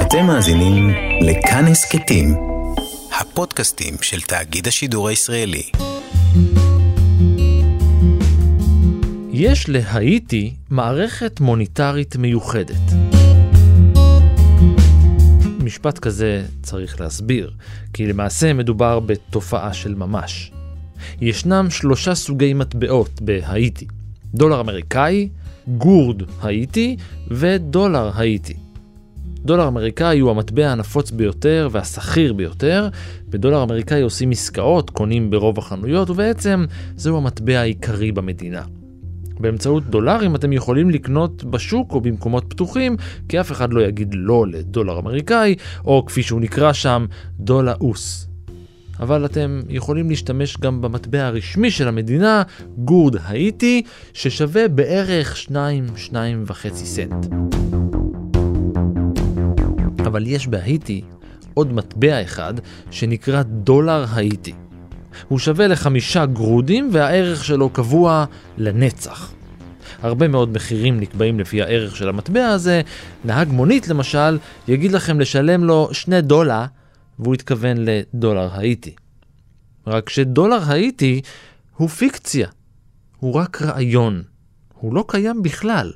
אתם מאזינים לכאן הסכתים, הפודקאסטים של תאגיד השידור הישראלי. יש להאיטי מערכת מוניטרית מיוחדת. משפט כזה צריך להסביר, כי למעשה מדובר בתופעה של ממש. ישנם 3 סוגי מטבעות בהאיטי: דולר אמריקאי, גורד האיטי ודולר האיטי. דולר אמריקאי הוא המטבע הנפוץ ביותר והסחיר ביותר. בדולר אמריקאי עושים עסקאות, קונים ברוב החנויות, ובעצם זהו המטבע העיקרי במדינה. באמצעות דולרים אתם יכולים לקנות בשוק או במקומות פתוחים, כי אף אחד לא יגיד לא לדולר אמריקאי, או כפי שהוא נקרא שם, דולאוס. אבל אתם יכולים להשתמש גם במטבע הרשמי של המדינה, גורד האיטי, ששווה בערך 2.5 סנט. אבל יש בהאיטי עוד מטבע אחד שנקרא דולר האיטי. הוא שווה ל5 גרודים והערך שלו קבוע לנצח. הרבה מאוד מחירים נקבעים לפי הערך של המטבע הזה. נהג מונית למשל יגיד לכם לשלם לו $2 והוא יתכוון לדולר האיטי. רק שדולר האיטי הוא פיקציה. הוא רק רעיון. הוא לא קיים בכלל.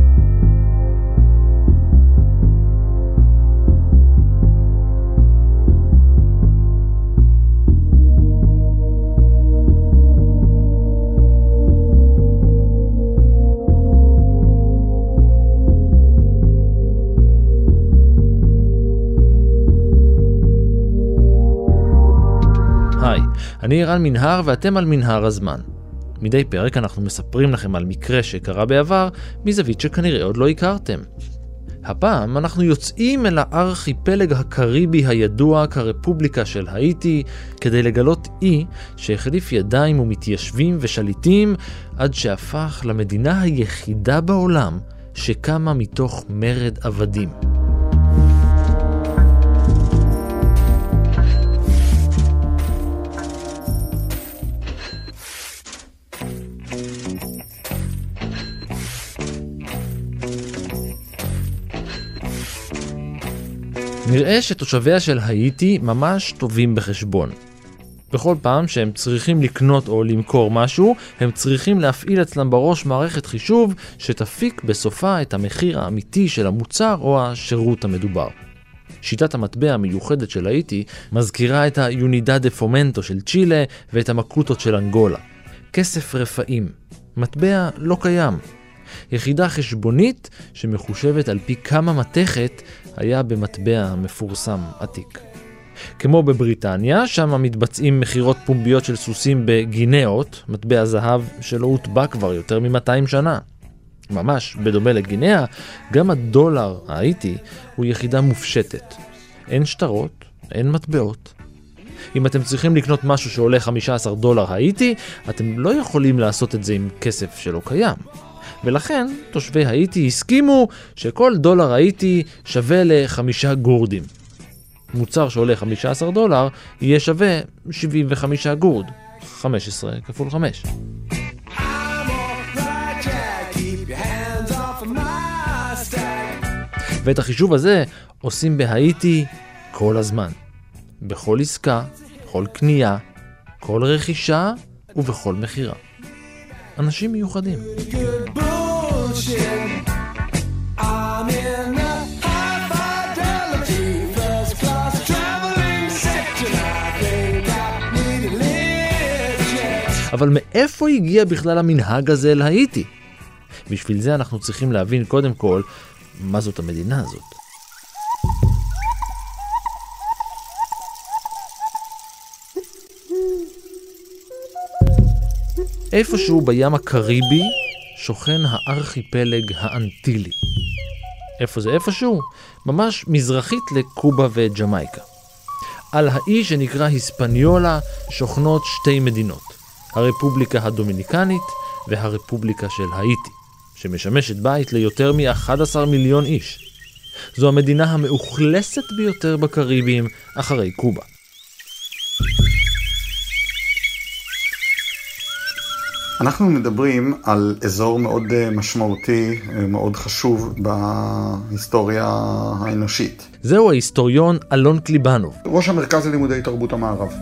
היי, אני ערן מנהר ואתם על מנהר הזמן. מדי פרק אנחנו מספרים לכם על מקרה שקרה בעבר מזווית שכנראה עוד לא הכרתם. הפעם אנחנו יוצאים אל הארכיפלג הקריבי הידוע כרפובליקה של האיטי כדי לגלות אי שהחליף ידיים ומתיישבים ושליטים עד שהפך למדינה היחידה בעולם שקמה מתוך מרד עבדים. נראה שתושביה של האיטי ממש טובים בחשבון. בכל פעם שהם צריכים לקנות או למכור משהו, הם צריכים להפעיל אצלם בראש מערכת חישוב שתפיק בסופה את המחיר האמיתי של המוצר או השירות המדובר. שיטת המטבע המיוחדת של האיטי מזכירה את היונידד פומנטו של צ'ילה ואת המקוטות של אנגולה. כסף רפאים. מטבע לא קיים. יחידה חשבונית שמחושבת על פי כמה מתכת היה במטבע מפורסם עתיק. כמו בבריטניה, שם מתבצעים מחירות פומביות של סוסים בגינאות, מטבע זהב שלא הוטבע כבר יותר מ-200 שנה. ממש בדומה לגינאה, גם הדולר האיטי הוא יחידה מופשטת. אין שטרות, אין מטבעות. אם אתם צריכים לקנות משהו שעולה $15 האיטי, אתם לא יכולים לעשות את זה עם כסף שלא קיים. ולכן תושבי האיטי הסכימו שכל דולר האיטי שווה ל5 גורדים. מוצר שעולה $15 יהיה שווה 75 גורד. 15 כפול 5. ואת החישוב הזה עושים בהאיטי כל הזמן. בכל עסקה, בכל קנייה, כל רכישה ובכל מחירה. אנשים מיוחדים. אבל מאיפה הגיע בכלל המנהג הזה להאיטי? בשביל זה אנחנו צריכים להבין קודם כל מה זאת המדינה הזאת. איפשהו בים הקריבי שוכן הארכיפלג האנטילי. איפה זה איפשהו? ממש מזרחית לקובה וג'מייקה. על האי שנקרא היספניולה שוכנות 2 מדינות, הרפובליקה הדומיניקנית והרפובליקה של האיטי, שמשמשת בית ליותר מ-11 מיליון איש. זו המדינה המאוכלסת ביותר בקריבים אחרי קובה. אנחנו מדברים על אזור מאוד משמעותי, מאוד חשוב בהיסטוריה האנושית. זהו ההיסטוריון אלון קליבנוב, ראש המרכז ללימודי תרבות המערב.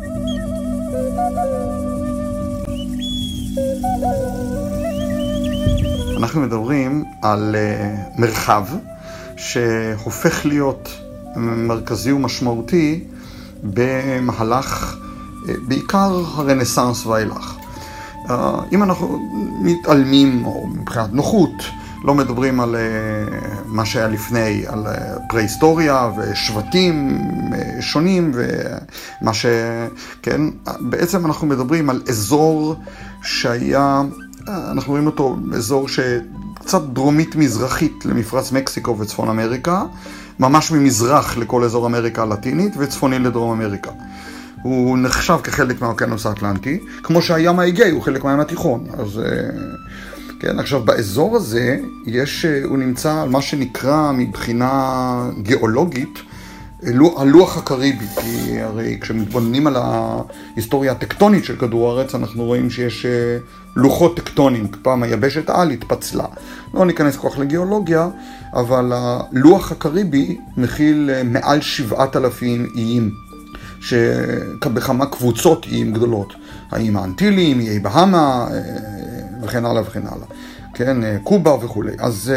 אנחנו מדברים על מרחב שהופך להיות מרכזי ומשמעותי במהלך בעיקר הרנסנס ואילך. אם אנחנו מתעלמים, או מבחינת נוחות, לא מדברים על מה שהיה לפני, על פרה-היסטוריה ושבטים שונים ומה כן, בעצם אנחנו מדברים על אזור שהיה, אנחנו רואים אותו אזור שקצת דרומית מזרחית למפרץ מקסיקו וצפון אמריקה, ממש ממזרח לכל אזור אמריקה הלטינית וצפוני לדרום אמריקה. הוא נחשב כחלק מהאוקיינוס האטלנטי, כמו שהים האגאי הוא חלק מהים התיכון. אז כן, עכשיו באזור הזה הוא נמצא על מה שנקרא מבחינה גיאולוגית הלוח הקריבי, כי הרי כשמתבוננים על ההיסטוריה הטקטונית של כדור הארץ אנחנו רואים שיש לוחות טקטונים, פעם היבשת העל התפצלה. לא ניכנס כל כך לגיאולוגיה, אבל הלוח הקריבי מכיל מעל 7,000 איים, שבכמה קבוצות איים גדולות, האיים האנטילים, איי בהמה וכן הלאה וכן הלאה, כן, קובה וכו'. אז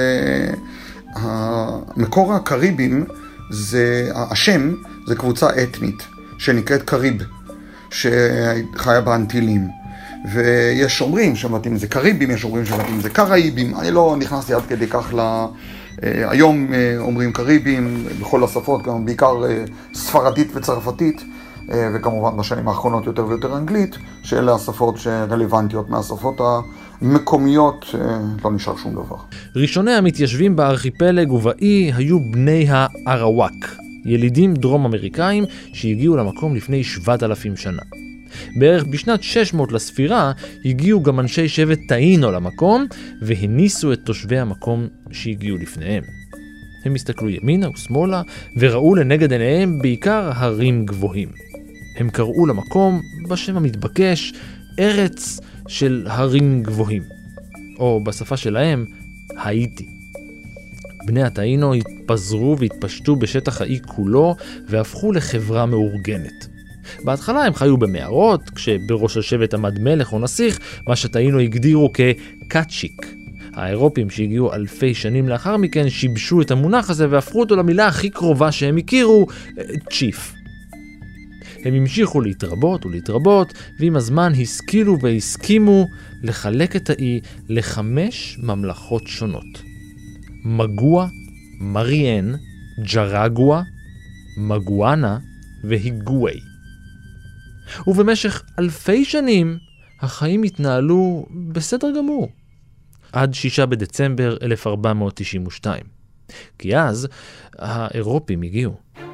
מקור הקריבים, השם זה קבוצה אתנית שנקראת קריב, שחיה באנטילים, ויש אומרים שמתאים זה קריבים, יש אומרים שמתאים זה קראיבים. אני לא נכנסתי עד כדי כך היום אומרים קריבים בכל השפות, גם בעיקר ספרדית וצרפתית, וכמובן בשנים האחרונות יותר ויותר אנגלית, שאלה השפות שרלוונטיות מהשפות המקומיות, לא נשאר שום דבר. ראשוני המתיישבים בארכיפלג ובאי היו בני הארוואק, ילידים דרום אמריקאים שהגיעו למקום לפני 7,000 שנה. בערך בשנת 600 לספירה הגיעו גם אנשי שבט טאינו למקום והניסו את תושבי המקום שהגיעו לפניהם. הם הסתכלו ימינה ושמאלה וראו לנגד עיניהם בעיקר הרים גבוהים. הם קראו למקום בשם המתבקש ארץ של הרים גבוהים, או בשפה שלהם האיטי. בני הטאינו התפזרו והתפשטו בשטח האי כולו והפכו לחברה מאורגנת. בהתחלה הם חיו במערות, כשבראש השבט עמד מלך או נסיך, מה שטאינו הגדירו כקאצ'יק. האירופים שהגיעו אלפי שנים לאחר מכן שיבשו את המונח הזה והפכו אותו למילה הכי קרובה שהם הכירו, צ'יף. הם המשיכו להתרבות ולהתרבות, ועם הזמן השכילו והסכימו לחלק את האי ל5 ממלכות שונות. מגוע, מריאן, ג'רגואה, מגואנה והיגווי. ובמשך אלפי שנים החיים התנהלו בסדר גמור. עד 6 בדצמבר 1492. כי אז האירופים הגיעו.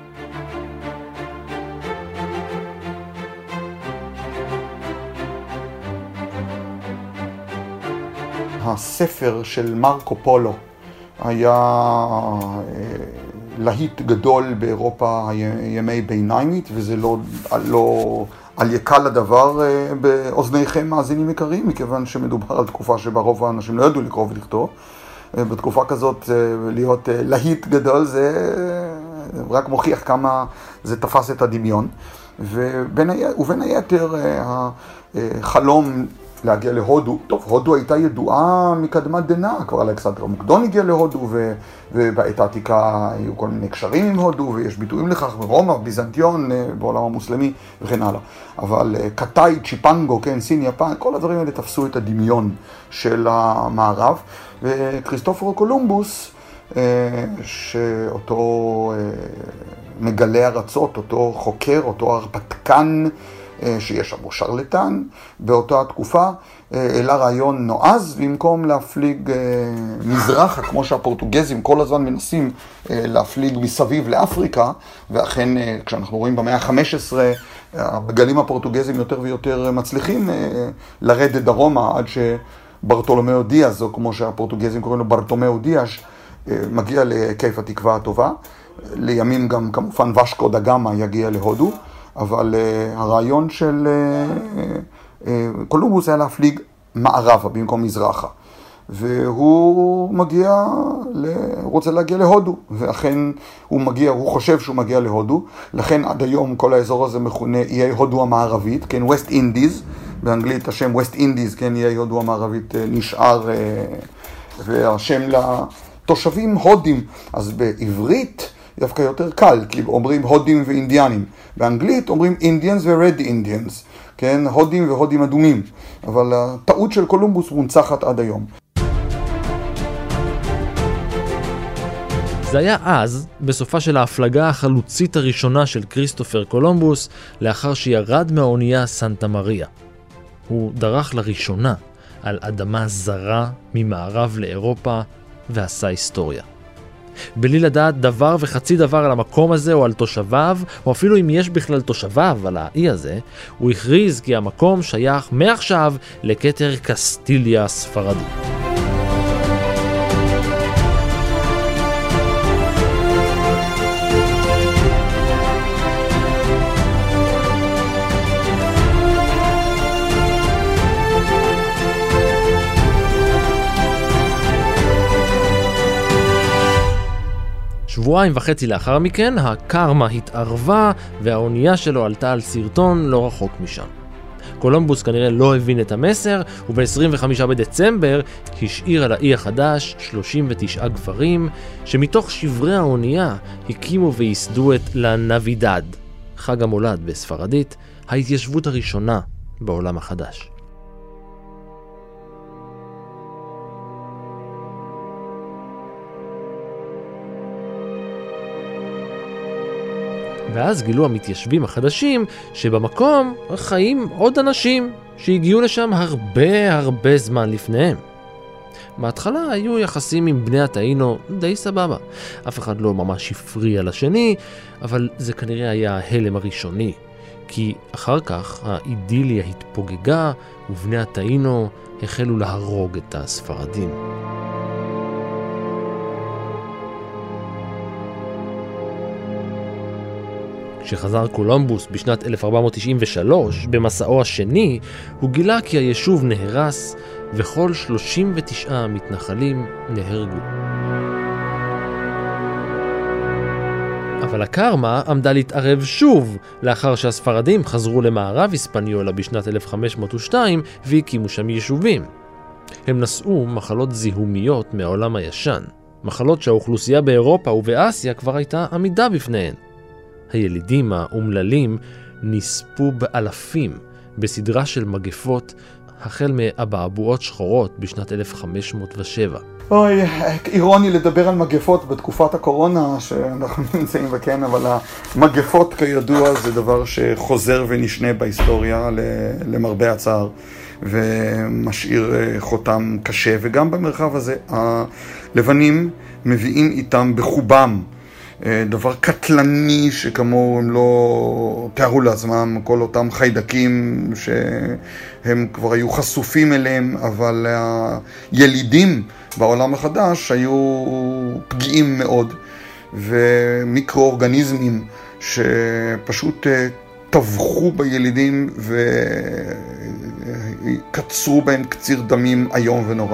הספר של מרקו פולו היה להיט גדול באירופה ימי ביניימית, וזה לא על יקל הדבר באוזניכם מאזינים יקרים, מכיוון שמדובר על תקופה שבה רוב האנשים לא ידעו לקרוא ולכתוב. בתקופה כזאת להיות להיט גדול זה רק מוכיח כמה זה תפס את הדמיון. ובין היתר החלום להגיע להודו, טוב, הודו הייתה ידועה מקדמת דנא, כבר אלכסנדר המוקדון הגיע להודו, ובעת העתיקה היו כל מיני קשרים עם הודו, ויש ביטויים לכך ברומא, ביזנטיון, בעולם המוסלמי וכן הלאה. אבל קטאי, צ'יפנגו, כן, סין, יפן, כל הדברים האלה תפסו את הדמיון של המערב, וכריסטופור קולומבוס, שאותו מגלה ארצות, אותו חוקר, אותו הרפתקן, שיש שם שרלטן, באותה תקופה העלה רעיון נועז, במקום להפליג מזרחה, כמו שהפורטוגזים כל הזמן מנסים להפליג מסביב לאפריקה, ואכן כשאנחנו רואים במאה ה-15, הגלים הפורטוגזים יותר ויותר מצליחים לרדת דרומה, עד שברטולומיאו דיאז, או כמו שהפורטוגזים קוראים לו ברטומיאו דיאז, מגיע לכיף התקווה הטובה. לימים גם כמובן ושקו דה גאמה יגיע להודו, אבל הרעיון של קולומבוס היה להפליג מערבה במקום מזרחה. והוא רוצה להגיע להודו, ואכן הוא חושב שהוא מגיע להודו, לכן עד היום כל האזור הזה מכונה איי הודו המערבית, כן, ווסט אינדיז, באנגלית השם ווסט אינדיז, כן, איי הודו המערבית נשאר, והשם לתושבים הודים, אז בעברית דווקא יותר קל, כי אומרים הודים ואינדיאנים, באנגלית אומרים אינדיאנס ורד אינדיאנס, כן, הודים והודים אדומים, אבל הטעות של קולומבוס מונצחת עד היום. זה היה אז, בסופה של ההפלגה החלוצית הראשונה של כריסטופר קולומבוס, לאחר שירד מהאונייה סנטה מריה. הוא דרך לראשונה על אדמה זרה ממערב לאירופה ועשה היסטוריה. בלי לדעת דבר וחצי דבר על המקום הזה או על תושביו, או אפילו אם יש בכלל תושביו על האי הזה, הוא הכריז כי המקום שייך מעכשיו לכתר קסטיליה הספרדי. שבועיים וחצי לאחר מכן, הקרמה התערבה והאונייה שלו עלתה על סרטון לא רחוק משם. קולומבוס כנראה לא הבין את המסר, וב-25 בדצמבר השאיר על האי החדש 39 גברים, שמתוך שברי האונייה הקימו וייסדו את לה נבידד, חג המולד בספרדית, ההתיישבות הראשונה בעולם החדש. ואז גילו המתיישבים החדשים שבמקום חיים עוד אנשים שהגיעו לשם הרבה זמן לפניהם. בהתחלה היו יחסים עם בני הטאינו די סבבה. אף אחד לא ממש הפריע לשני, אבל זה כנראה היה ההלם הראשוני. כי אחר כך האידיליה התפוגגה ובני הטאינו החלו להרוג את הספרדים. כשחזר קולומבוס בשנת 1493 במסעו השני, הוא גילה כי היישוב נהרס וכל 39 מתנחלים נהרגו. אבל הקרמה עמדה להתערב שוב לאחר שהספרדים חזרו למערב היספניולה בשנת 1502 והקימו שם יישובים. הם נשאו מחלות זיהומיות מהעולם הישן, מחלות שהאוכלוסייה באירופה ובאסיה כבר הייתה עמידה בפניהן. הילידים האומללים נספו באלפים בסדרה של מגפות החל מאבעבועות שחורות בשנת 1507. אוי, אירוני לדבר על מגפות בתקופת הקורונה שאנחנו נמצאים בכן, אבל המגפות כידוע זה דבר שחוזר ונשנה בהיסטוריה למרבה הצער ומשאיר חותם קשה, וגם במרחב הזה הלבנים מביאים איתם בחובם דבר קטלני שכמו הם לא תיארו לעצמם, כל אותם חיידקים שהם כבר היו חשופים אליהם, אבל הילידים בעולם החדש היו פגיעים מאוד, ומיקרואורגניזמים שפשוט טבחו בילידים וקצרו בהם קציר דמים איום ונורא.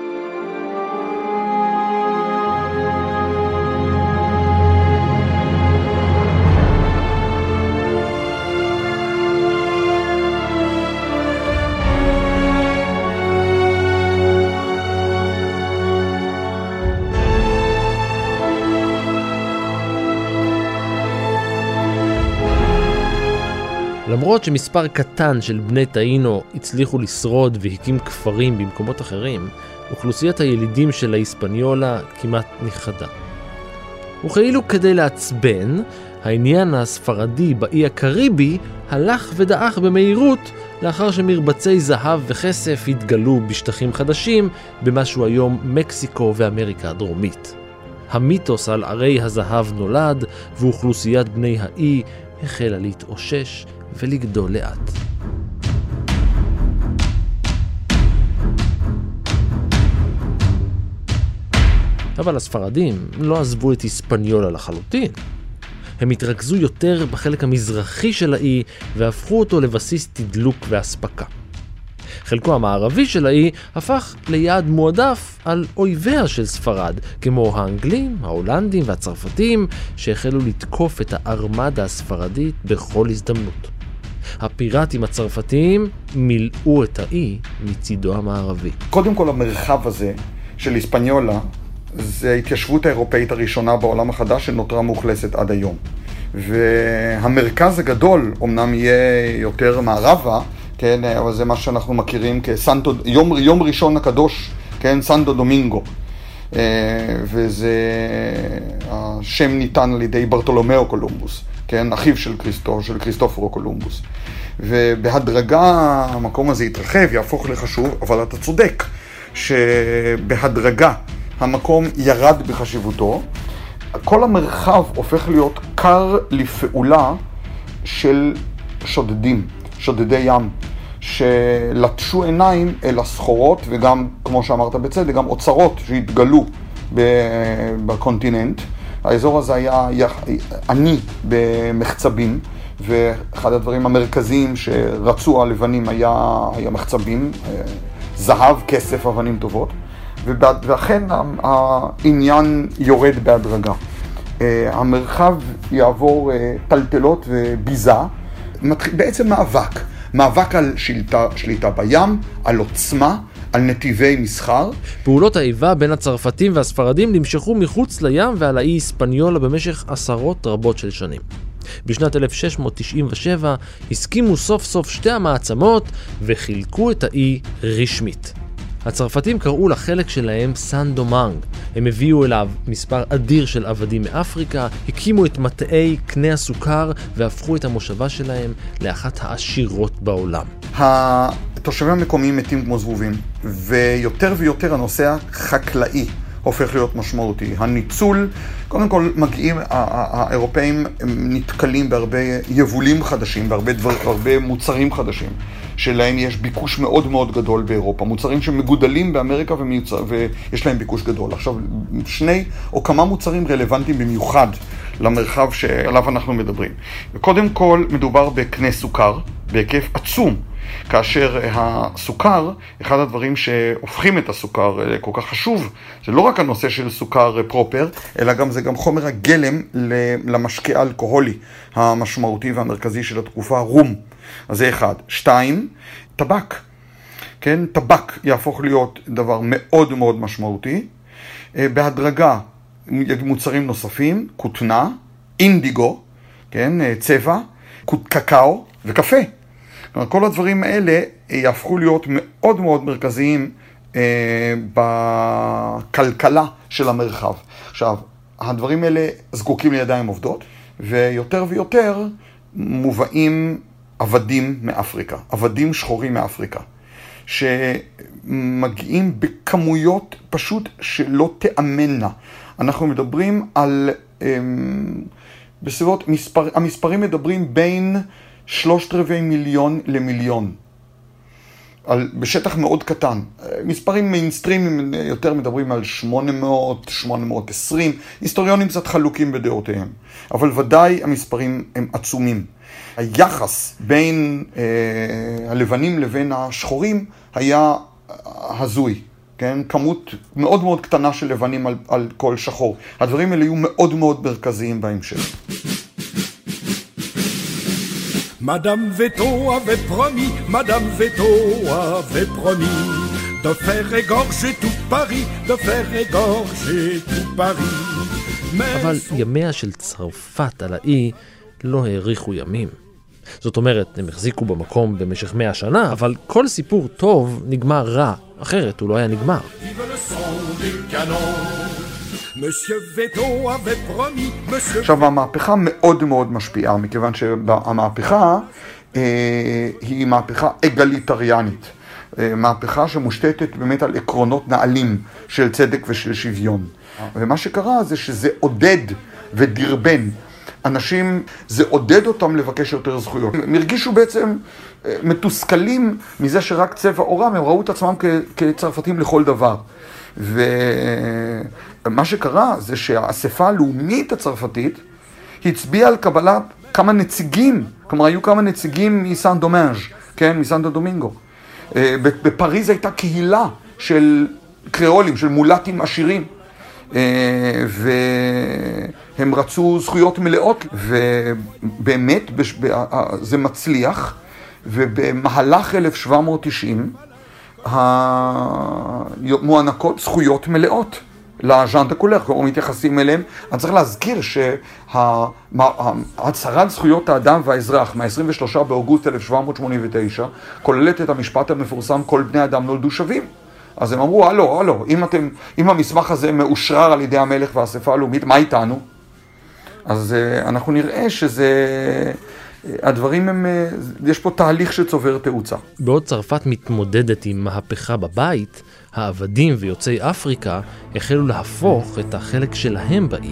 למרות שמספר קטן של בני טאינו הצליחו לשרוד והקים כפרים במקומות אחרים, אוכלוסיית הילידים של ההיספניולה כמעט נכחדה. וכאילו כדי לעצבן, העניין הספרדי באי הקריבי הלך ודעך במהירות לאחר שמרבצי זהב וכסף התגלו בשטחים חדשים במשהו היום מקסיקו ואמריקה הדרומית. המיתוס על ערי הזהב נולד ואוכלוסיית בני האי החלה להתאושש ולגדול לאט. אבל הספרדים לא עזבו את היספניולה לחלוטין. הם התרכזו יותר בחלק המזרחי של האי והפכו אותו לבסיס תדלוק והספקה. חלקו המערבי של האי הפך ליעד מועדף על אויביה של ספרד, כמו האנגלים, ההולנדים והצרפתים, שהחלו לתקוף את הארמדה הספרדית בכל הזדמנות. הפיראטים הצרפתיים מילאו את האי מצידו המערבי. קודם כל המרחב הזה של היספניולה זה ההתיישבות האירופאית הראשונה בעולם החדש שנותרה מאוכלסת עד היום. והמרכז הגדול אומנם יהיה יותר מערבה, כן, אבל זה מה שאנחנו מכירים יום ראשון הקדוש, כן, סנטו דומינגו. וזה השם ניתן על ידי ברטולומיאו קולומבוס, כן, אחיו של כריסטופורו קולומבוס. ובהדרגה המקום הזה יתרחב, יהפוך לחשוב, אבל אתה צודק שבהדרגה המקום ירד בחשיבותו. כל המרחב הופך להיות קר לפעולה של שודדי ים, שלטשו עיניים אל הסחורות, וגם, כמו שאמרת בצדק, גם אוצרות שהתגלו בקונטיננט. האזור הזה היה עני במחצבים, ואחד הדברים המרכזיים שרצו הלבנים היה מחצבים, זהב, כסף, אבנים טובות, ואכן העניין יורד בהדרגה. המרחב יעבור טלטלות וביזה, בעצם מאבק על שליטה בים, על עוצמה, על נתיבי מסחר. פעולות האיבה בין הצרפתים והספרדים נמשכו מחוץ לים ועל האי היספניולה במשך עשרות רבות של שנים. בשנת 1697 הסכימו סוף סוף שתי המעצמות וחילקו את האי רשמית. הצרפתים קראו לחלק שלהם סן דומנג. הם הביאו אליו מספר אדיר של עבדים מאפריקה, הקימו את מטעי קנה הסוכר והפכו את המושבה שלהם לאחת העשירות בעולם. התושבים המקומיים מתים כמו זבובים, ויותר ויותר הנושא החקלאי הופך להיות משמעותי. הניצול, קודם כל האירופאים נתקלים בהרבה יבולים חדשים, בהרבה מוצרים חדשים, שלהם יש ביקוש מאוד מאוד גדול באירופה. מוצרים שמגודלים באמריקה ויש להם ביקוש גדול. עכשיו, שני או כמה מוצרים רלוונטיים במיוחד למרחב שעליו אנחנו מדברים. וקודם כל מדובר בקנה סוכר, בהיקף עצום. כאשר הסוכר, אחד הדברים שהופכים את הסוכר כל כך חשוב, זה לא רק הנושא של סוכר פרופר, אלא זה גם חומר הגלם למשקה אלכוהולי המשמעותי והמרכזי של התקופה, רום. אז זה אחד. 2, טבק. כן, טבק יהפוך להיות דבר מאוד מאוד משמעותי. בהדרגה מוצרים נוספים, כותנה, אינדיגו, כן, צבע, קקאו וקפה. כל הדברים האלה יהפכו להיות מאוד מאוד מרכזיים בכלכלה של המרחב. עכשיו, הדברים האלה זקוקים לידיים עובדות, ויותר ויותר מובאים עבדים מאפריקה, עבדים שחורים מאפריקה, שמגיעים בכמויות פשוט שלא תאמנה. אנחנו מדברים על בסביבות, המספרים מדברים בין 3/4 מיליון למיליון, בשטח מאוד קטן. מספרים מיינסטרימיים יותר מדברים על 800, 820, היסטוריונים קצת חלוקים בדעותיהם, אבל ודאי המספרים הם עצומים. היחס בין הלבנים לבין השחורים היה הזוי, כן? כמות מאוד מאוד קטנה של לבנים על כל שחור. הדברים האלה היו מאוד מאוד מרכזיים בהמשך. Madame Veto avait promis, Madame Veto avait promis de faire égorger tout Paris, de faire égorger tout Paris. אבל ימיה של צרפת על האי לא האריכו ימים. זאת אומרת, הם החזיקו במקום במשך 100 שנה, אבל כל סיפור טוב נגמר רע, אחרת הוא לא היה נגמר. עכשיו, המהפכה מאוד מאוד משפיעה, מכיוון שהמהפכה היא מהפכה אגליטריאנית. מהפכה שמושתתת באמת על עקרונות נעלים של צדק ושל שוויון. ומה שקרה זה שזה עודד ודרבן. אנשים, זה עודד אותם לבקש יותר זכויות. הם הרגישו בעצם מתוסכלים מזה שרק צבע עורם, הם ראו את עצמם כצרפתים לכל דבר. ומה שקרה זה שהאספה הלאומית הצרפתית הצביעה על קבלת כמה נציגים, כלומר היו כמה נציגים מסן דומנג', כן, מסנטו דומינגו. בפריז הייתה קהילה של קריאולים, של מולטים עשירים, והם רצו זכויות מלאות, ובאמת זה מצליח, ובמהלך 1790 מוענקות זכויות מלאות לז'אן דה קולר, כלומר מתייחסים אליהם. אני צריך להזכיר שהצהרת זכויות האדם והאזרח מה-23 באוגוסט 1789 כוללת את המשפט המפורסם, כל בני אדם נולדו שווים. אז הם אמרו, הלו, אם המסמך הזה מאושרר על ידי המלך והאספה הלאומית, מה איתנו? אז אנחנו נראה שזה, הדברים הם, יש פה תהליך שצובר תאוצה. בעוד צרפת מתמודדת עם מהפכה בבית, העבדים ויוצאי אפריקה החלו להפוך את החלק שלהם באי.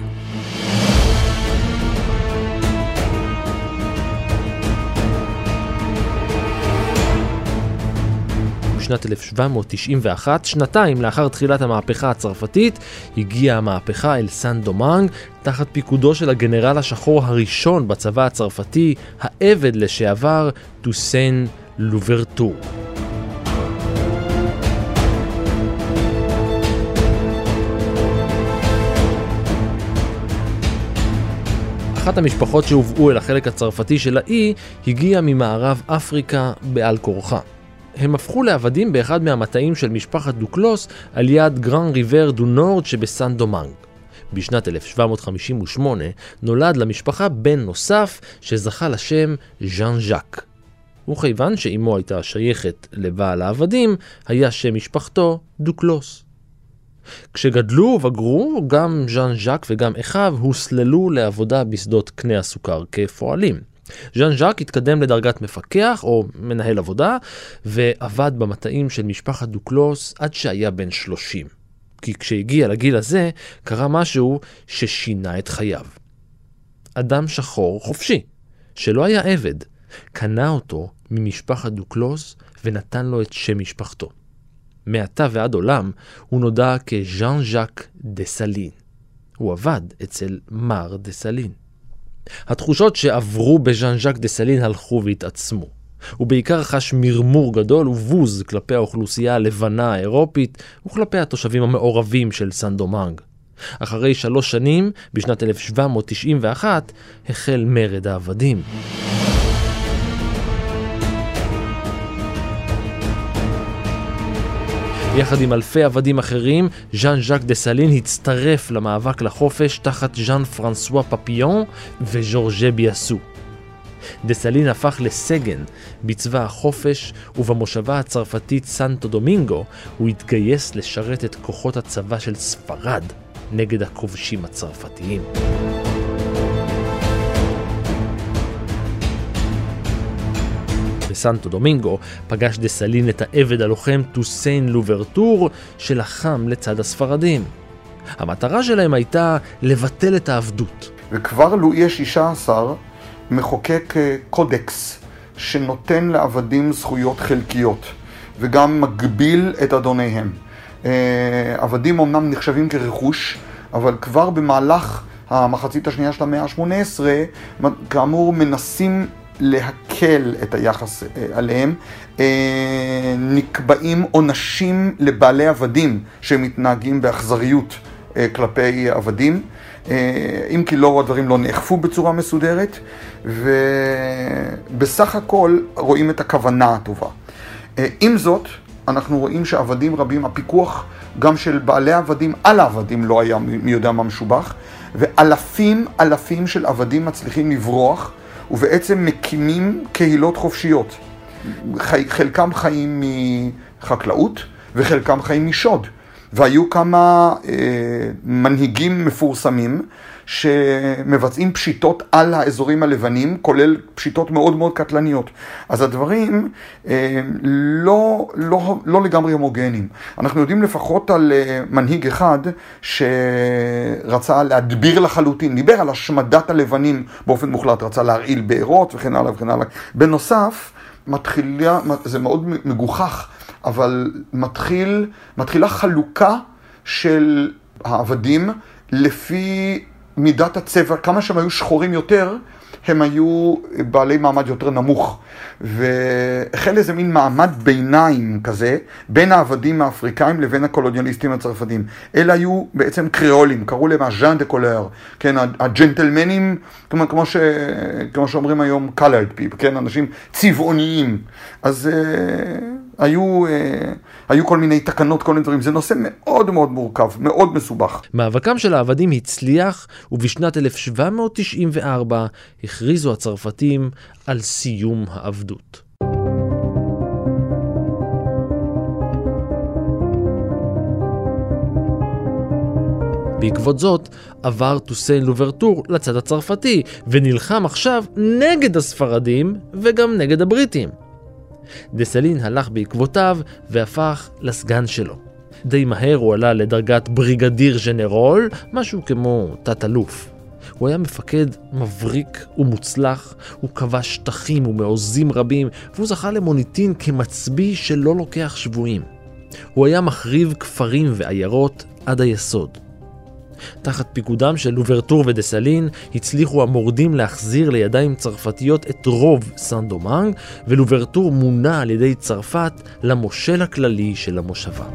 בשנת 1791, שנתיים לאחר תחילת המהפכה הצרפתית, הגיעה המהפכה אל סן דומנג, תחת פיקודו של הגנרל השחור הראשון בצבא הצרפתי, העבד לשעבר טוסיין לוברטור. אחת המשפחות שהובאו אל החלק הצרפתי של האי הגיעה ממערב אפריקה בעל כורחה. הם הפכו לעבדים באחד מהמטעים של משפחת דוקלוס על יד גרן ריבר דו נורד שבסן דומנג. בשנת 1758 נולד למשפחה בן נוסף שזכה לשם ז'אן ז'אק. וכיוון שאימו הייתה שייכת לבעל העבדים, היה שם משפחתו דוקלוס. כשגדלו ובגרו, גם ז'אן ז'אק וגם אחיו הוסללו לעבודה בשדות קנה הסוכר כפועלים. ז'אן ז'אק התקדם לדרגת מפקח או מנהל עבודה, ועבד במטעים של משפחת דוקלוס עד שהיה בן 30. כי כשהגיע לגיל הזה, קרה משהו ששינה את חייו. אדם שחור חופשי, שלא היה עבד, קנה אותו ממשפחת דוקלוס ונתן לו את שם משפחתו. מעתה ועד עולם הוא נודע כז'אן ז'אק דה סלין. הוא עבד אצל מר דה סלין. התחושות שעברו בז'אן ז'אק דה סלין הלכו והתעצמו. הוא בעיקר חש מרמור גדול ובוז כלפי האוכלוסייה הלבנה האירופית וכלפי התושבים המעורבים של סן דומנג. אחרי 3 שנים, בשנת 1791, החל מרד העבדים. יחד עם אלפי עבדים אחרים, ז'אן ז'אק דה סלין הצטרף למאבק לחופש תחת ז'אן פרנסואה פפיון וז'ורג'ה ביאסו. דה סלין הפך לסגן בצבא החופש, ובמושבה הצרפתית סנטו דומינגו הוא התגייס לשרת את כוחות הצבא של ספרד נגד הכובשים הצרפתיים. בסנטו דומינגו פגש דה סלין את העבד הלוחם טוסיין לוברטור שלחם לצד הספרדים. המטרה שלהם הייתה לבטל את העבדות. וכבר לואי ה-16 מחוקק קודקס שנותן לעבדים זכויות חלקיות וגם מגביל את אדוניהם. עבדים אמנם נחשבים כרכוש, אבל כבר במהלך המחצית השנייה של המאה ה-18 כאמור מנסים להקל את היחס עליהם. נקבעים עונשים לבעלי עבדים שמתנהגים באכזריות כלפי עבדים, אם כי לא, הדברים לא נאכפו בצורה מסודרת, ובסך הכל רואים את הכוונה הטובה. עם זאת, אנחנו רואים שעבדים רבים, הפיקוח גם של בעלי עבדים על העבדים לא היה מי יודע מה משובח, ואלפים של עבדים מצליחים לברוח, ובעצם מקימים קהילות חופשיות. חלקם חיים מחקלאות, וחלקם חיים משוד. והיו כמה מנהיגים מפורסמים שמבצעים פשיטות על האזורים הלבנים, כולל פשיטות מאוד מאוד קטלניות. אז הדברים לא לגמרי הומוגנים. אנחנו יודעים לפחות על מנהיג אחד שרצה להדביר לחלוטין, דיבר על השמדת הלבנים באופן מוחלט, רצה להרעיל בארות וכן הלאה וכן הלאה. בנוסף, זה מאוד מגוחך, אבל מתחילה חלוקה של העבדים לפי מידת הצבע, כמה שהם היו שחורים יותר, הם היו בעלי מעמד יותר נמוך. והחל איזה מין מעמד ביניים כזה, בין העבדים האפריקאים לבין הקולוניאליסטים הצרפתים. אלה היו בעצם קריאולים, קראו להם הז'אן דה קולר, כן, הג'נטלמנים, כמו שאומרים היום, colored people, כן, אנשים צבעוניים. אז היו כל מיני תקנות, כל מיני דברים. זה נושא מאוד מאוד מורכב, מאוד מסובך. מאבקם של העבדים הצליח, ובשנת 1794 הכריזו הצרפתים על סיום העבדות. בעקבות זאת עבר טוסיין לוברטור לצד הצרפתי, ונלחם עכשיו נגד הספרדים וגם נגד הבריטים. דסלין הלך בעקבותיו והפך לסגן שלו. די מהר הוא עלה לדרגת בריגדיר ז'נרול, משהו כמו תת-אלוף. הוא היה מפקד מבריק ומוצלח, הוא כבש שטחים ומעוזים רבים, והוא זכה למוניטין כמצביא שלא לוקח שבויים. הוא היה מחריב כפרים ועיירות עד היסוד. תחת פיקודם של לוברטור ודסלין הצליחו המורדים להחזיר לידיים צרפתיות את רוב סן דומנג, ולוברטור מונה על ידי צרפת למושל הכללי של המושבה.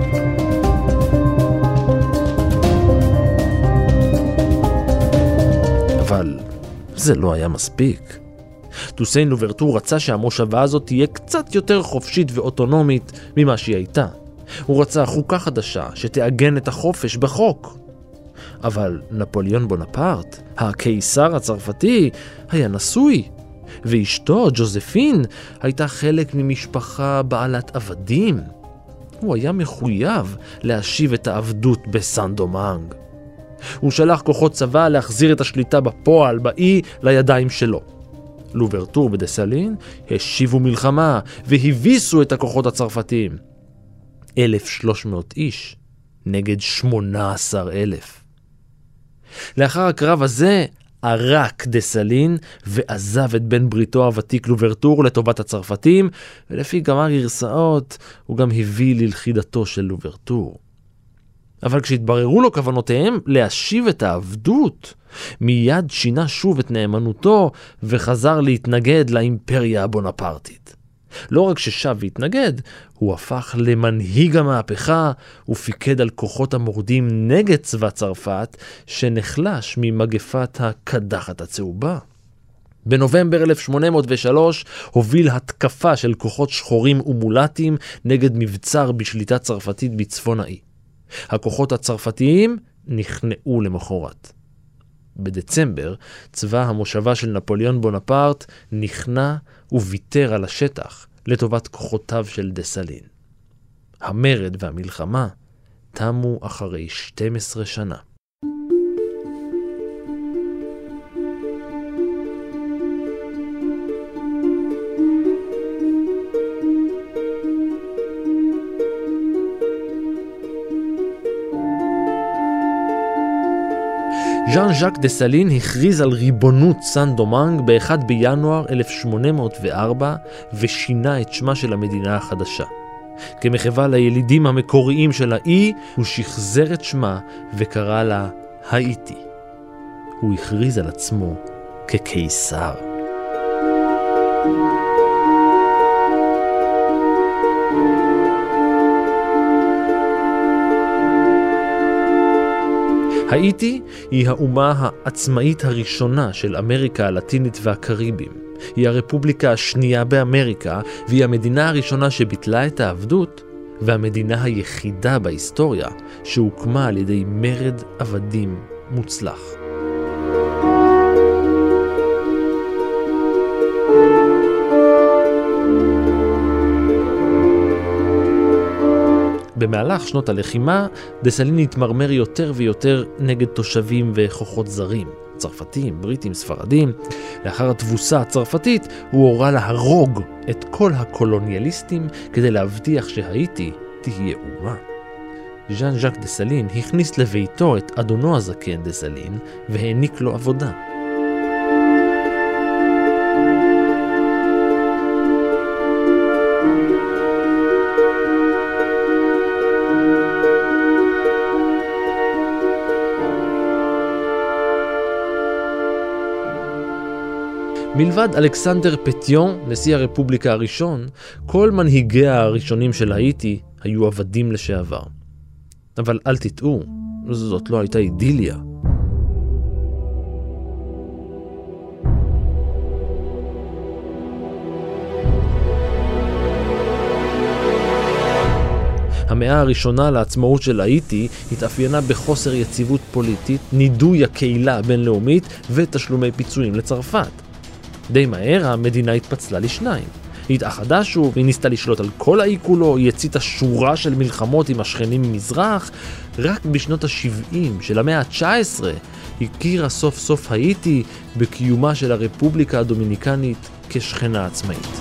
אבל זה לא היה מספיק. טוסיין לוברטור רצה שהמושבה הזאת תהיה קצת יותר חופשית ואוטונומית ממה שהיא הייתה. הוא רצה חוקה חדשה שתעגן את החופש בחוק. אבל נפוליאון בונפרט, הקיסר הצרפתי, היה נשוי, ואשתו, ג'וזפין, הייתה חלק ממשפחה בעלת עבדים. הוא היה מחויב להשיב את העבדות בסן דומנג. הוא שלח כוחות צבא להחזיר את השליטה בפועל באי לידיים שלו. לוברטור ודסלין השיבו מלחמה והביסו את הכוחות הצרפתיים. 1,300 איש נגד 18,000. לאחר הקרב הזה ערק דסלין ועזב את בן בריתו הוותיק לוברטור לטובת הצרפתים, ולפי כמה גרסאות הוא גם הביא ללכידתו של לוברטור. אבל כשהתבררו לו כוונותיהם להשיב את העבדות, מיד שינה שוב את נאמנותו וחזר להתנגד לאימפריה הבונפרטית. לא רק ששב והתנגד, הוא הפך למנהיג המהפכה ופיקד על כוחות המורדים נגד צבא צרפת שנחלש ממגפת הקדחת הצהובה. בנובמבר 1803 הוביל התקפה של כוחות שחורים ומולטים נגד מבצר בשליטה צרפתית בצפון האי. הכוחות הצרפתיים נכנעו למחרת. בדצמבר צבא המושבה של נפוליאון בונפרט נכנע וויתר על השטח לטובת כוחותיו של דסלין. המרד והמלחמה תמו אחרי 12 שנה. ז'אן ז'אק דסלין הכריז על ריבונות סן דומנג ב-1 בינואר 1804 ושינה את שמה של המדינה החדשה. כמחווה לילידים המקוריים של האי, הוא שחזר את שמה וקרא לה האיטי. הוא הכריז על עצמו כקיסר. האיטי היא האומה העצמאית הראשונה של אמריקה הלטינית והקריבים. היא הרפובליקה השנייה באמריקה, והיא המדינה הראשונה שביטלה את העבדות, והמדינה היחידה בהיסטוריה שהוקמה על ידי מרד עבדים מוצלח. במהלך שנות הלחימה, דסלין התמרמר יותר ויותר נגד תושבים וכוחות זרים, צרפתים, בריטים, ספרדים. לאחר התבוסה הצרפתית, הוא הורה להרוג את כל הקולוניאליסטים כדי להבטיח שהאיטי תהיה אומה. ז'אן ז'אק דסלין הכניס לביתו את אדונו הזקן דסלין והעניק לו עבודה. מלבד אלכסנדר פטיון, נשיא הרפובליקה הראשון, כל מנהיגיה הראשונים של האיטי היו עבדים לשעבר. אבל אל תטעו, זאת לא הייתה אידיליה. המאה הראשונה לעצמאות של האיטי התאפיינה בחוסר יציבות פוליטית, נידוי הקהילה הבינלאומית ותשלומי פיצויים לצרפת. די מהר המדינה התפצלה לשניים. היא התאחדה שוב, היא ניסתה לשלוט על כל האי כולו, היא הציתה שורה של מלחמות עם השכנים ממזרח. רק בשנות ה-70 של המאה ה-19 הכירה סוף סוף האיטי בקיומה של הרפובליקה הדומיניקנית כשכנה עצמאית.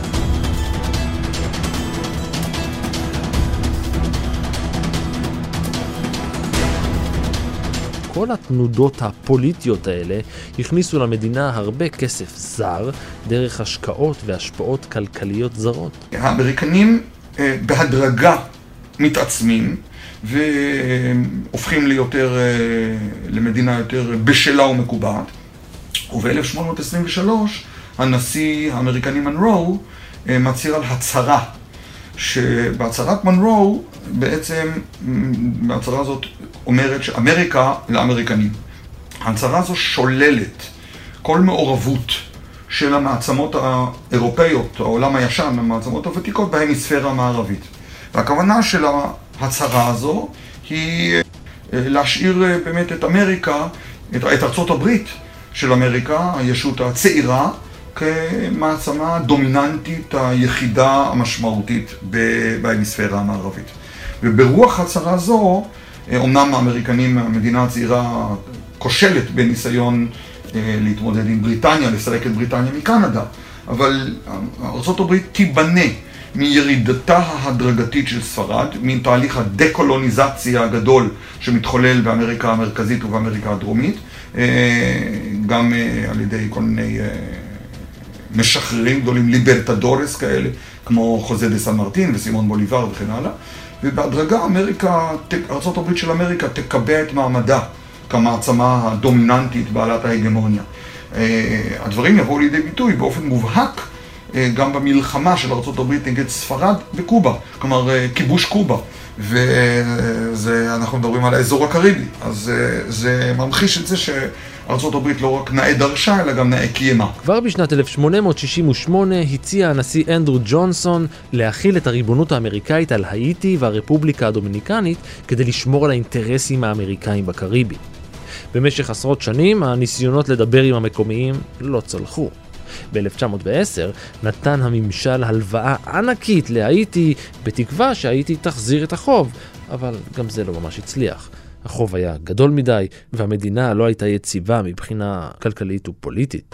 כל התנודות הפוליטיות האלה הכניסו למדינה הרבה כסף זר דרך השקעות והשפעות כלכליות זרות. האמריקנים בהדרגה מתעצמים והופכים למדינה יותר בשלה ומקובעת. וב-1823 הנשיא האמריקני מונרו מצהיר על הצהרה, שבהצהרת מונרו בעצם, בהצהרה הזאת אומרת שאמריקה לאמריקנים. ההצהרה הזו שוללת כל מעורבות של המעצמות האירופאיות, העולם הישן, המעצמות הוותיקות בהמיספירה המערבית. והכוונה של ההצהרה הזו היא להשאיר באמת את אמריקה, את ארצות הברית של אמריקה, הישות הצעירה, כמעצמה דומיננטית היחידה המשמעותית בהמיספירה המערבית. וברוח הצהרה זו, אמנם האמריקנים, המדינה הצעירה כושלת בניסיון להתמודד עם בריטניה, לסלק את בריטניה מקנדה, אבל ארצות הברית תיבנה מירידתה ההדרגתית של ספרד, מן תהליך הדקולוניזציה הגדול שמתחולל באמריקה המרכזית ובאמריקה הדרומית, גם על ידי כל מיני משחררים גדולים, ליברטדורס כאלה, כמו חוזה דה סן מרטין וסימון בוליבר וכן הלאה. ובהדרגה ארצות הברית של אמריקה תקבע את מעמדה כמעצמה הדומיננטית בעלת ההגמוניה. הדברים יבואו לידי ביטוי באופן מובהק גם במלחמה של ארצות הברית נגד ספרד וקובה, כלומר כיבוש קובה. ואנחנו מדברים על האזור הקריבי, אז זה ממחיש את זה שארצות הברית לא רק נאה דרשה, אלא גם נאה קיימה. כבר בשנת 1868 הציע הנשיא אנדרו ג'ונסון להחיל את הריבונות האמריקאית על האיטי והרפובליקה הדומיניקנית כדי לשמור על האינטרסים האמריקאים בקריבי. במשך עשרות שנים הניסיונות לדבר עם המקומיים לא צלחו. ב-1910 נתן הממשל הלוואה ענקית להאיטי בתקווה שהאיטי תחזיר את החוב, אבל גם זה לא ממש הצליח. החוב היה גדול מדי והמדינה לא הייתה יציבה מבחינה כלכלית ופוליטית.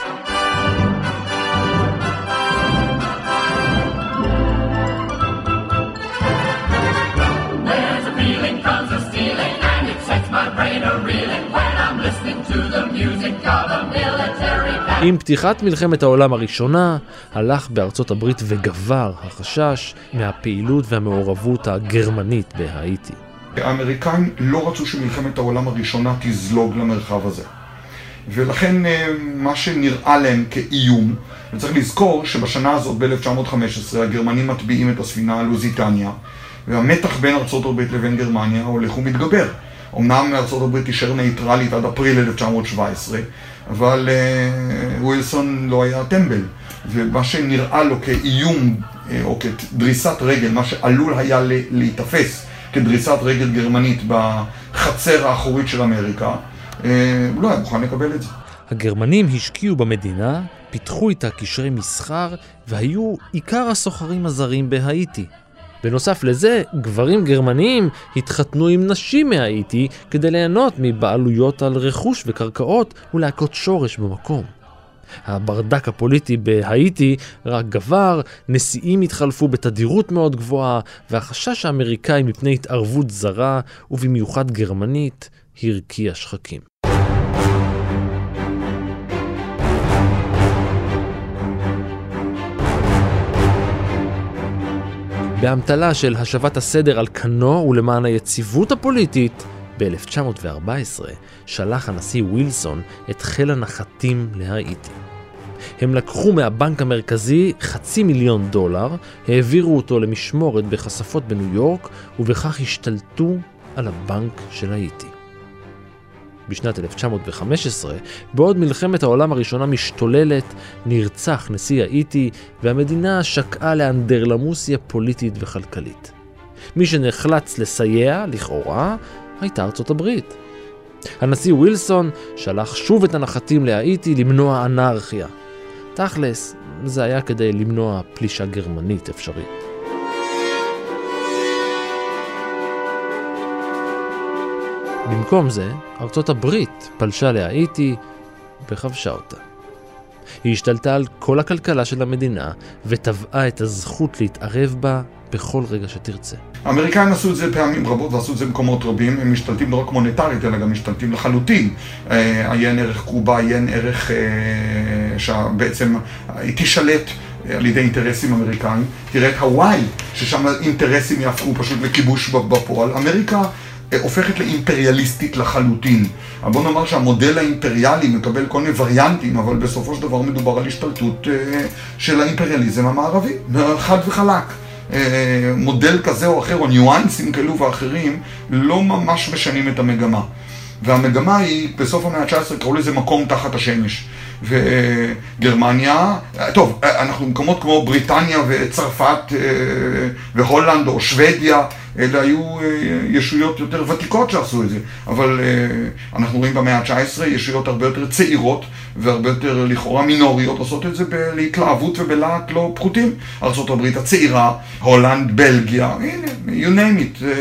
עם פתיחת מלחמת העולם הראשונה, הלך בארצות הברית וגבר החשש מהפעילות והמעורבות הגרמנית בהאיטי. האמריקאים לא רצו שמלחמת העולם הראשונה תזלוג למרחב הזה. ולכן מה שנראה להם כאיום, וצריך לזכור שבשנה הזאת ב-1915 הגרמנים מטביעים את הספינה הלוזיטניה, והמתח בין ארצות הברית לבין גרמניה הולך ומתגבר. אמנם ארצות הברית תישאר נייטרלית עד אפריל 1917, אבל ווילסון לא היה טמבל, ומה שנראה לו כאיום או כדריסת רגל, מה שעלול היה להתאפס כדריסת רגל גרמנית בחצר האחורית של אמריקה, הוא לא היה מוכן לקבל את זה. הגרמנים השקיעו במדינה, פיתחו איתה קשרי מסחר, והיו עיקר הסוחרים הזרים בהאיטי. בנוסף לזה, גברים גרמניים התחתנו עם נשים מהאיטי כדי ליהנות מבעלויות על רכוש וקרקעות ולהכות שורש במקום. הברדק הפוליטי בהאיטי רק גבר, נשיאים התחלפו בתדירות מאוד גבוהה, והחשש האמריקאי מפני התערבות זרה, ובמיוחד גרמנית, הרקיע שחקים. באמתלה של השבת הסדר על כנו ולמען היציבות הפוליטית, ב-1914 שלח הנשיא ווילסון את חיל הנחתים להאיטי. הם לקחו מהבנק המרכזי $500,000, העבירו אותו למשמורת בכספות בניו יורק, ובכך השתלטו על הבנק של האיטי. בשנת 1915, בעוד מלחמת העולם הראשונה משתוללת, נרצח נשיא האיטי, והמדינה שקעה לאנדרלמוסיה פוליטית וכלכלית. מי שנחלץ לסייע, לכאורה, הייתה ארצות הברית. הנשיא ווילסון שלח שוב את הנחתים להאיטי למנוע אנרכיה. תכלס, זה היה כדי למנוע פלישה גרמנית אפשרית. במקום זה, ארצות הברית פלשה להאיטי וכבשה אותה. היא השתלטה על כל הכלכלה של המדינה ותבעה את הזכות להתערב בה בכל רגע שתרצה. האמריקאים עשו את זה פעמים רבות ועשו את זה במקומות רבים. הם משתלטים לא רק מוניטרית, אלא גם משתלטים לחלוטין. עיין ערך קובה, עיין ערך שבעצם היא תשלט על ידי אינטרסים אמריקאים. תראה את הוואי, ששם אינטרסים יהפכו פשוט לכיבוש בפועל. אמריקה הופכת לאימפריאליסטית לחלוטין. אבל בוא נאמר שהמודל האימפריאלי מקבל כל מיני וריאנטים, אבל בסופו של דבר מדובר על השתלטות של האימפריאליזם המערבי. חד וחלק. מודל כזה או אחר, או ניואנסים כאלו ואחרים, לא ממש משנים את המגמה. והמגמה היא, בסוף המאה ה-19, קראו לזה מקום תחת השמש. וגרמניה, טוב, אנחנו במקומות כמו בריטניה וצרפת והולנד או שוודיה, אלה היו ישויות יותר ותיקות שעשו את זה. אבל אנחנו רואים במאה ה-19 ישויות הרבה יותר צעירות והרבה יותר לכאורה מינוריות עושות את זה להתלהבות ובלהט לא פחותים. ארצות הברית הצעירה, הולנד, בלגיה, הנה, you name it.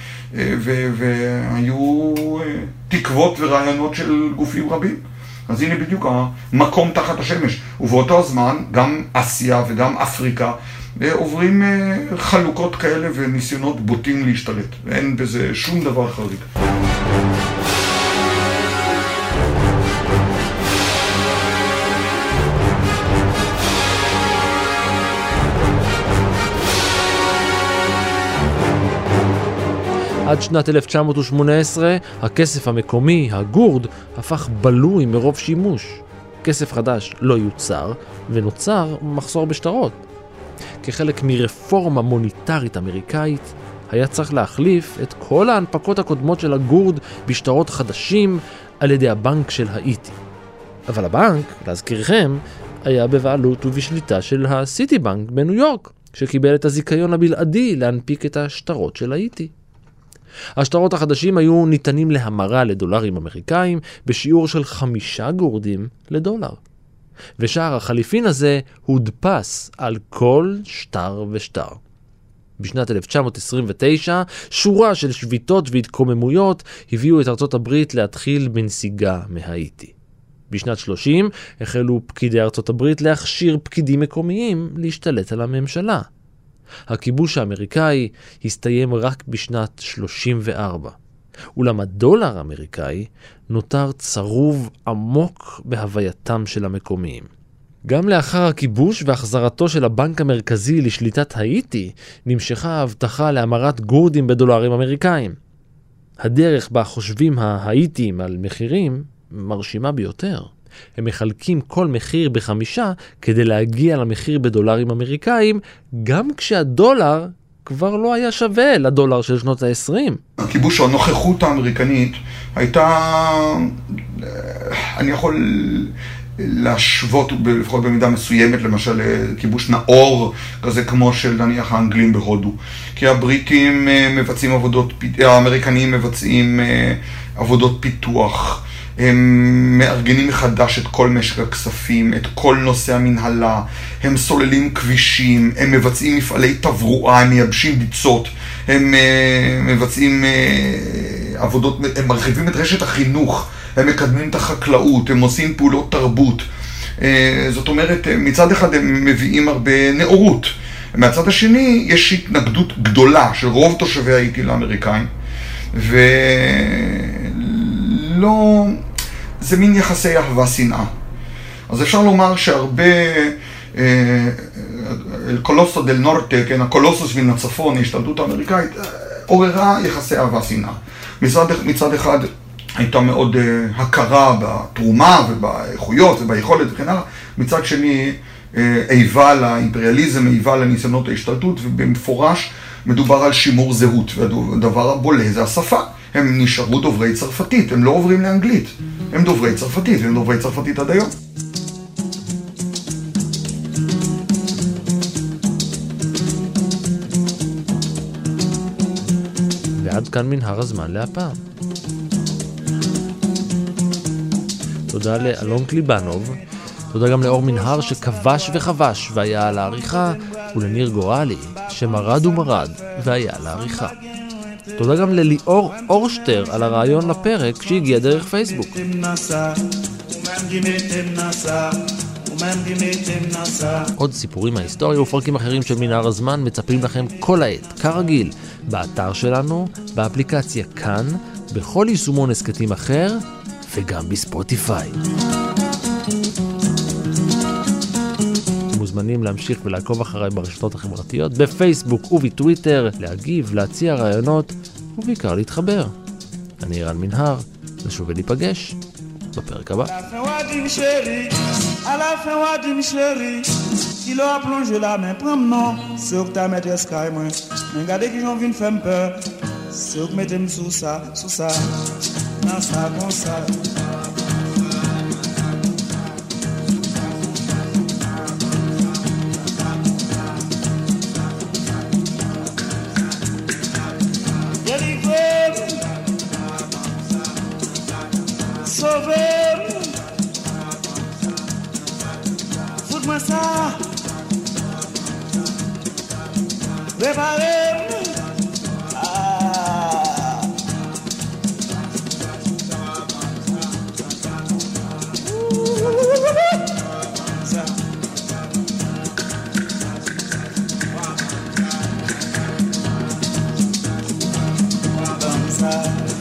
והיו תקוות ורעיונות של גופים רבים. אז הנה בדיוק המקום תחת השמש. ובאותו הזמן גם אסיה וגם אפריקה עוברים חלוקות כאלה וניסיונות בוטים להשתלט. ואין בזה שום דבר חריג. עד שנת 1918, הכסף המקומי, הגורד, הפך בלוי מרוב שימוש. כסף חדש לא יוצר, ונוצר מחסור בשטרות. כחלק מרפורמה מוניטרית אמריקאית, היה צריך להחליף את כל ההנפקות הקודמות של הגורד בשטרות חדשים על ידי הבנק של האיטי. אבל הבנק, להזכירכם, היה בבעלות ובשליטה של הסיטי בנק בניו יורק, שקיבל את הזיכיון הבלעדי להנפיק את השטרות של האיטי. השטרות החדשים היו ניתנים להמרה לדולרים אמריקאים בשיעור של 5 גורדים לדולר. ושער החליפין הזה הודפס על כל שטר ושטר. בשנת 1929, שורה של שביתות והתקוממויות הביאו את ארצות הברית להתחיל בנסיגה מהאיטי. בשנת 30 החלו פקידי ארצות הברית להכשיר פקידים מקומיים להשתלט על הממשלה. הכיבוש האמריקאי הסתיים רק בשנת 34. אולם הדולר האמריקאי נותר צרוב עמוק בהווייתם של המקומיים. גם לאחר הכיבוש והחזרתו של הבנק המרכזי לשליטת האיטי, נמשכה ההבטחה להמרת גורדים בדולרים אמריקאים. הדרך בה חושבים האיטים על מחירים מרשימה ביותר. הם מחלקים כל מחיר ב5 כדי להגיע למחיר בדולרים אמריקאים, גם כשהדולר כבר לא היה שווה לדולר של שנות ה-20. הכיבוש או הנוכחות האמריקנית הייתה, אני יכול להשוות לפחות במידה מסוימת, למשל כיבוש נאור, כזה כמו של נניח האנגלים בהודו. כי הבריטים מבצעים עבודות, האמריקנים מבצעים עבודות פיתוח, הם מארגנים מחדש את כל משק הכספים, את כל נושא המנהלה, הם סוללים כבישים, הם מבצעים מפעלי תברואה, הם מייבשים ביצות, הם מבצעים עבודות, הם מרחיבים את רשת החינוך, הם מקדמים את החקלאות, הם עושים פעולות תרבות. זאת אומרת, מצד אחד הם מביאים הרבה נאורות. מהצד השני יש התנגדות גדולה של רוב תושבי האיטי לאמריקאים, ולא, זה מין יחסי אהבה שנאה. אז אפשר לומר שהרבה, קולוסו דל נורטה, כן, הקולוסוס מן הצפון, ההשתלטות האמריקאית, עוררה יחסי אהבה שנאה. מצד אחד, הייתה מאוד הכרה בתרומה ובאיכויות וביכולת וכן הלאה. מצד שני, איבה לאימפריאליזם, איבה לניסיונות ההשתלטות, ובמפורש מדובר על שימור זהות, והדבר הבולה זה השפה. הם נשארו דוברי צרפתית, הם לא עוברים לאנגלית. הם דוברי צרפתית, והם דוברי צרפתית עד היום. ועד כאן מנהר הזמן להפעם. תודה לאלון קליבנוב, תודה גם לאור מנהר שכבש וחבש והיה על העריכה, ולניר גורלי שמרד ומרד והיה על העריכה. תודה גם לליאור אורשטר על הרעיון לפרק שהגיע דרך פייסבוק. עוד סיפורים מההיסטוריה ופרקים אחרים של מנהר הזמן מצפים לכם כל העת, כרגיל, באתר שלנו, באפליקציה כאן, בכל יישומון הסקטים אחר וגם בספוטיפיי. מוזמנים להמשיך ולעקוב אחריי ברשתות החברתיות, בפייסבוק ובטוויטר, להגיב, להציע רעיונות ובעיקר להתחבר. אני ערן מנהר, נשוב ולהיפגש בפרק הבא. À la fin, Wadim chéri, qui l'a plongé la main, prends non, c'est que ta maîtresse caille moi. Mais regardez qui j'en viens faire peur, c'est que mettez-moi sous ça, dans ça, comme ça. Sauvez-moi, foute-moi ça, préparez-moi, ça. Comme ça.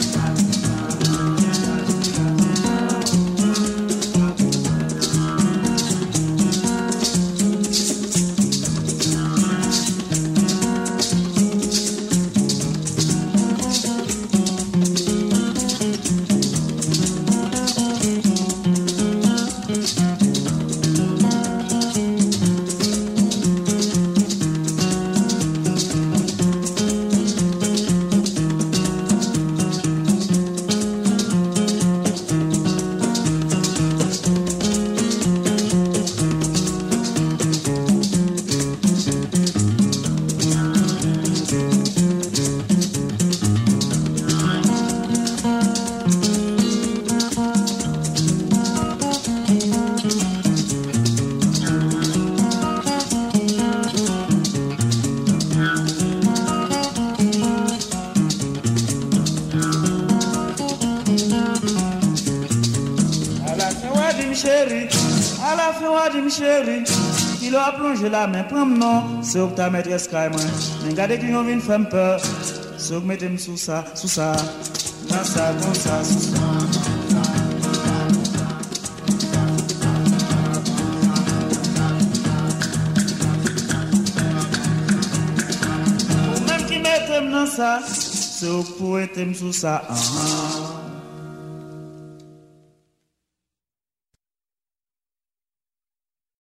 À la fin, Wadim chéri, qui l'a plongé la main, prends non, c'est que ta maîtresse caille moi. Mais regardez qui j'en viens faire peur, c'est que mettez-moi sous ça, dans ça, comme ça, sous ça. Ou même qui mettez-moi dans ça, c'est que pour être sous ça.